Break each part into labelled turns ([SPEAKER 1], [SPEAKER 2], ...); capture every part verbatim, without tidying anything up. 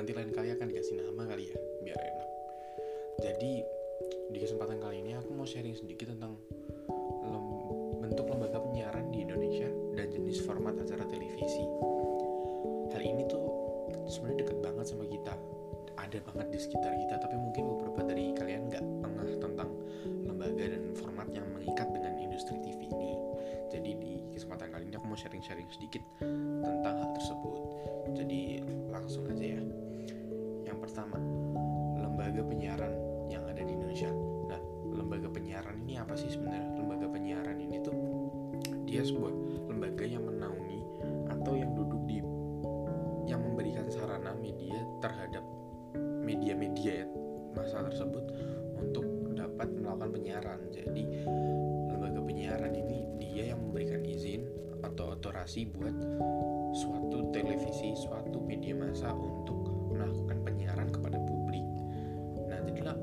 [SPEAKER 1] nanti lain kali akan dikasih nama kali ya, biar enak. Jadi di kesempatan kali ini aku mau sharing sedikit tentang lem- bentuk lembaga penyiaran di Indonesia dan jenis format acara televisi. Hal ini tuh sebenarnya deket banget sama kita, ada banget di sekitar kita, tapi mungkin beberapa dari kalian nggak pernah tentang lembaga dan format yang mengikat dengan industri T V ini. Jadi di kesempatan kali ini aku mau sharing-sharing sedikit tentang hal tersebut. Jadi langsung aja ya. Yang pertama, lembaga penyiaran yang ada di Indonesia. Nah, lembaga penyiaran ini apa sih sebenarnya? Lembaga penyiaran ini tuh dia sebuah lembaga yang menaungi atau yang duduk di yang memberikan sarana media terhadap media-media masa tersebut untuk dapat melakukan penyiaran. Jadi lembaga penyiaran ini dia yang memberikan izin atau otorasi buat suatu televisi, suatu media massa untuk melakukan penyiaran kepada publik. Nah, jadilah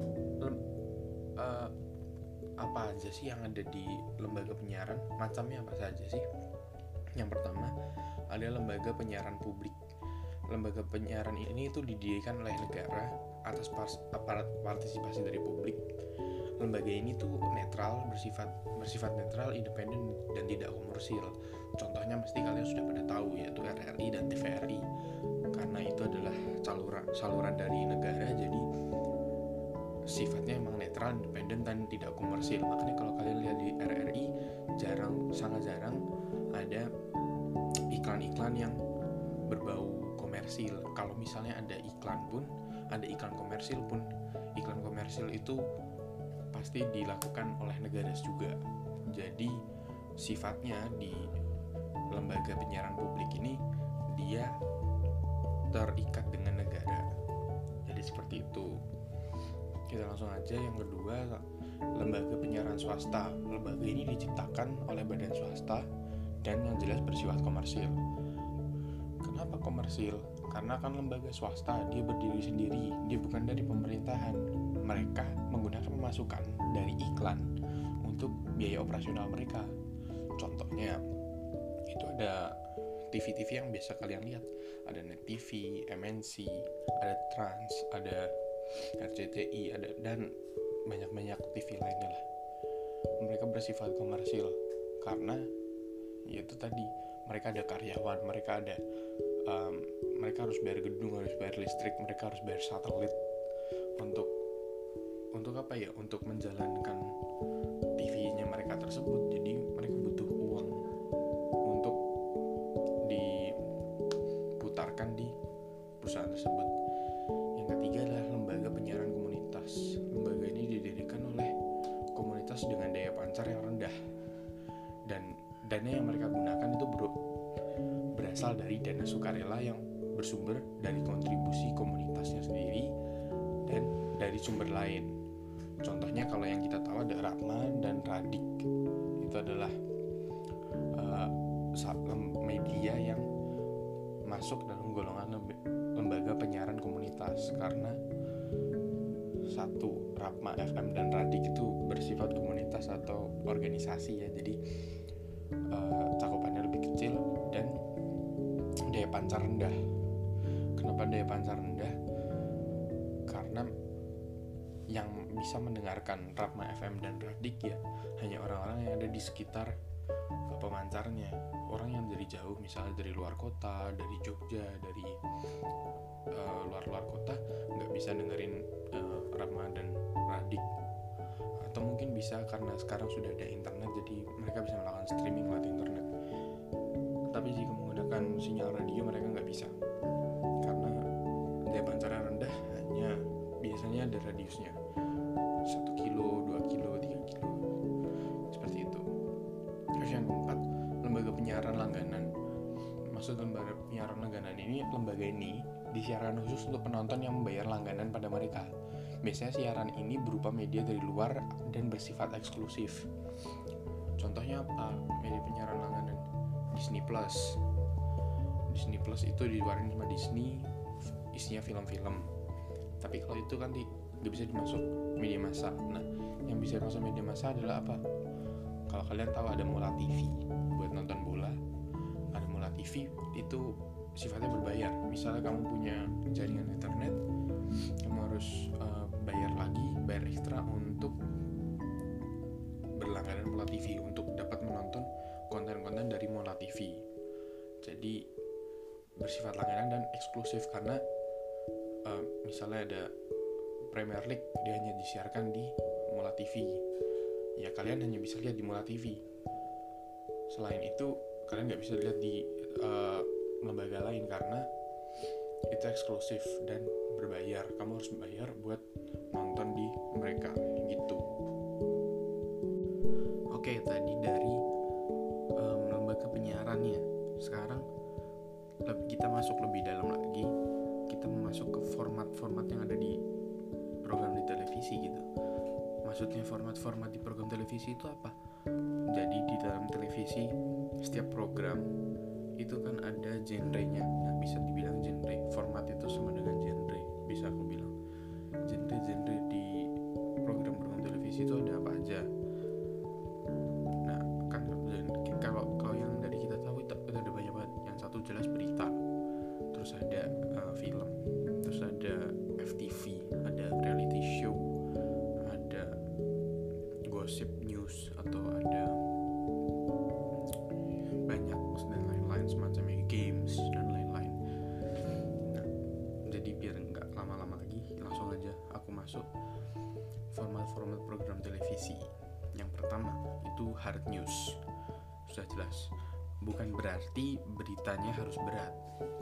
[SPEAKER 1] uh, apa aja sih yang ada di lembaga penyiaran? Macamnya apa saja sih? Yang pertama ada lembaga penyiaran publik. Lembaga penyiaran ini itu didirikan oleh negara atas aparat partisipasi dari publik. Lembaga ini tuh netral, bersifat bersifat netral, independen dan tidak komersil. Contohnya pasti kalian sudah pada tahu, yaitu R R I dan T V R I. Karena itu adalah saluran saluran dari negara, jadi sifatnya emang netral, independen dan tidak komersil. Makanya kalau kalian lihat di R R I jarang, sangat jarang ada iklan-iklan yang berbau komersil. Kalau misalnya ada iklan pun, ada iklan komersil pun, iklan komersil itu pasti dilakukan oleh negara juga. Jadi sifatnya di lembaga penyiaran publik ini dia terikat dengan negara. Jadi seperti itu. Kita langsung aja yang kedua, lembaga penyiaran swasta. Lembaga ini diciptakan oleh badan swasta dan yang jelas bersifat komersil. Kenapa komersil? Karena kan lembaga swasta dia berdiri sendiri, dia bukan dari pemerintahan. Mereka menggunakan pemasukan dari iklan untuk biaya operasional mereka. Contohnya itu ada T V-T V yang biasa kalian lihat, ada Net T V, M N C, ada Trans, ada R C T I, ada dan banyak-banyak T V lainnya lah. Mereka bersifat komersil karena yaitu tadi mereka ada karyawan, mereka ada um, mereka harus bayar gedung, harus bayar listrik, mereka harus bayar satelit untuk untuk apa ya? Untuk menjalankan T V-nya mereka tersebut. Jadi mereka butuh uang untuk diputarkan di perusahaan tersebut. Yang ketiga adalah lembaga penyiaran komunitas. Lembaga ini didirikan oleh komunitas dengan daya pancar yang rendah, dan dana yang mereka gunakan itu bro, berasal dari dana sukarela yang bersumber dari kontribusi komunitasnya sendiri dan dari sumber lain. Contohnya kalau yang kita tahu ada Ratma dan Radik. Itu adalah uh, media yang masuk dalam golongan lembaga penyiaran komunitas karena satu, Ratma F M dan Radik itu bersifat komunitas atau organisasi ya. Jadi uh, cakupannya lebih kecil dan daya pancar rendah. Kenapa daya pancar rendah? Karena yang bisa mendengarkan Ratma F M dan Radik ya hanya orang-orang yang ada di sekitar pemancarnya. Orang yang dari jauh, misalnya dari luar kota, dari Jogja, dari uh, luar-luar kota, nggak bisa dengerin uh, Ratma dan Radik. Atau mungkin bisa karena sekarang sudah ada internet, jadi mereka bisa melakukan streaming lewat internet. Tapi jika menggunakan sinyal radio mereka nggak bisa, karena daya pancar yang rendah hanya biasanya ada radiusnya satu kilo, dua kilo, tiga kilo, seperti itu. Terus yang keempat, lembaga penyiaran langganan. Maksud lembaga penyiaran langganan ini, lembaga ini disiarkan khusus untuk penonton yang membayar langganan pada mereka. Biasanya siaran ini berupa media dari luar dan bersifat eksklusif. Contohnya apa? Media penyiaran langganan Disney Plus. Disney Plus itu dikeluarin sama Disney, isinya film-film. Tapi kalau itu kan di, gak bisa dimasuk media massa. Nah, yang bisa dimasuk media massa adalah apa? Kalau kalian tahu ada Mola T V buat nonton bola, ada Mola T V itu sifatnya berbayar. Misalnya kamu punya jaringan internet, kamu harus uh, bayar lagi, bayar ekstra untuk berlangganan Mola T V untuk dapat menonton konten-konten dari Mola T V. Jadi bersifat langganan dan eksklusif karena uh, misalnya ada Premier League, dia hanya disiarkan di Mola T V. Ya kalian hanya bisa lihat di Mola T V. Selain itu kalian nggak bisa lihat di uh, lembaga lain karena itu eksklusif dan berbayar. Kamu harus bayar buat nonton di mereka gitu. Oke, tadi dari um, lembaga penyiarannya. Sekarang kita masuk lebih dalam lagi. Kita masuk ke format-format yang ada di program di televisi gitu. Maksudnya format-format di program televisi itu apa? Jadi di dalam televisi setiap program itu kan ada genrenya. Nah, bisa dibilang genre. Format itu sama dengan genre. Bisa aku bilang. Genre-genre di program-program televisi itu ada apa aja? Nah, kan kalau kalau yang dari kita tahu itu, itu ada banyak banget. Yang satu jelas berita. Terus ada uh, film. Terus ada F T V, ada reality show, ada gossip news atau ada banyak dan lain-lain semacamnya, games dan lain-lain. Nah, jadi biar nggak lama-lama lagi, langsung aja aku masuk format-format program televisi. Yang pertama itu hard news. Sudah jelas, bukan berarti beritanya harus berat,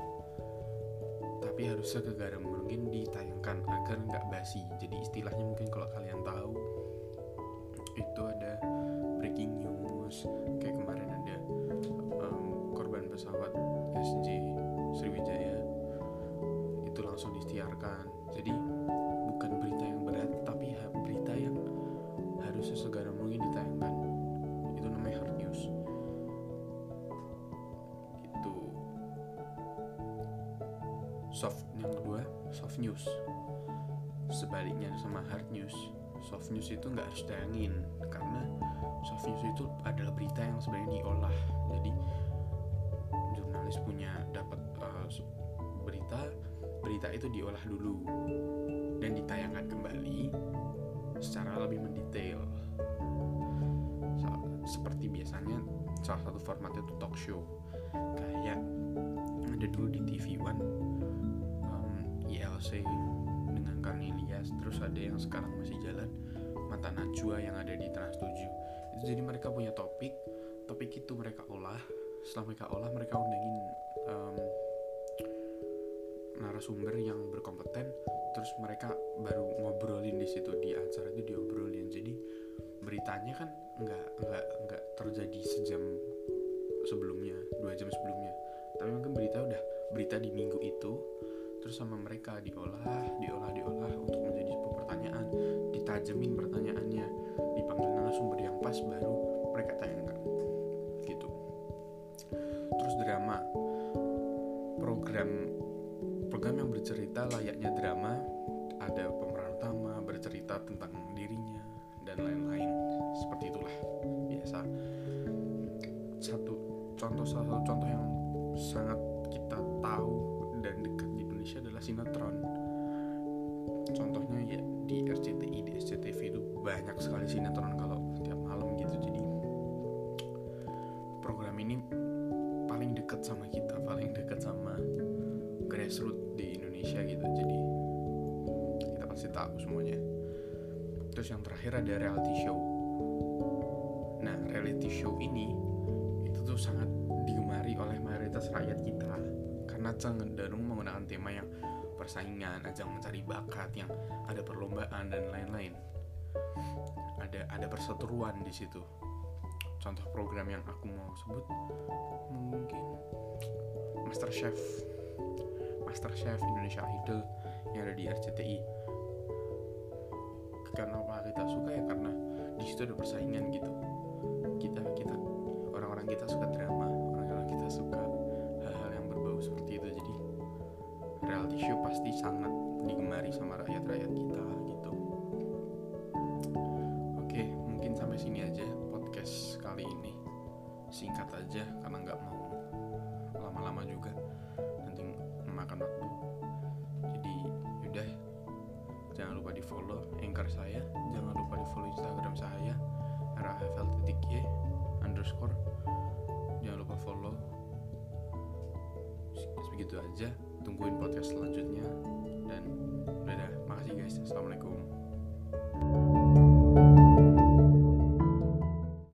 [SPEAKER 1] tapi harus sekegaram mungkin ditayangkan agar nggak basi. Jadi istilahnya mungkin kalau kalian tahu itu ada breaking news, kayak kemarin ada um, korban pesawat S J Sriwijaya itu langsung disiarkan. Jadi bukan berita yang berat, tapi berita yang harus sesegera mungkin ditayangkan. Itu namanya hard news. Itu soft. Yang kedua soft news. Sebaliknya sama hard news, soft news itu nggak harus tayangin karena soft news itu adalah berita yang sebenarnya diolah. Jadi jurnalis punya dapat uh, berita, berita itu diolah dulu dan ditayangkan kembali secara lebih mendetail. So, seperti biasanya salah satu formatnya itu talk show. Kayak ada dulu di T V One, um, I L C dengan Karnelias, terus ada yang sekarang masih jalan Mata Najwa yang ada di Trans tujuh. Itu jadi mereka punya topik, topik itu mereka olah. Setelah mereka olah, mereka undangin um, narasumber yang berkompeten, terus mereka baru ngobrolin di situ, di acara itu diobrolin. Jadi beritanya kan nggak nggak nggak terjadi sejam sebelumnya, dua jam sebelumnya, tapi mungkin berita udah berita di minggu itu, terus sama mereka diolah, diolah, diolah untuk menjadi sebuah pertanyaan, ditajemin pertanyaannya, dipanggil narasumber yang pas, baru mereka tayangkan, gitu. Terus drama, program program yang bercerita layaknya drama, ada pemeran utama bercerita tentang dirinya dan lain-lain, seperti itulah biasa. Satu contoh salah satu contoh yang sangat kita tahu dan dekat di Indonesia adalah sinetron. Contohnya ya di R C T I, di S C T V itu banyak sekali sinetron kalau tiap malam gitu. Jadi program ini paling dekat sama kita, paling dekat sama grassroots di Indonesia gitu. Jadi kita pasti tahu semuanya. Terus yang terakhir ada reality show. Nah, reality show ini itu tuh sangat digemari oleh mayoritas rakyat kita karena cenderung menggunakan tema yang persaingan, ajang mencari bakat, yang ada perlombaan dan lain-lain. Ada ada perseteruan di situ. Contoh program yang aku mau sebut mungkin MasterChef, MasterChef Indonesia Idol yang ada di R C T I. Kenapa kita suka ya karena di situ ada persaingan gitu. Kita kita orang-orang kita suka drama, orang-orang kita suka hal-hal yang berbau seperti itu. Jadi reality show pasti sangat digemari sama rakyat-rakyat kita gitu. Oke, mungkin sampai sini aja podcast kali ini. Singkat aja karena nggak mau lama-lama juga. aja, tungguin podcast selanjutnya. Dan dadah, makasih guys, assalamualaikum.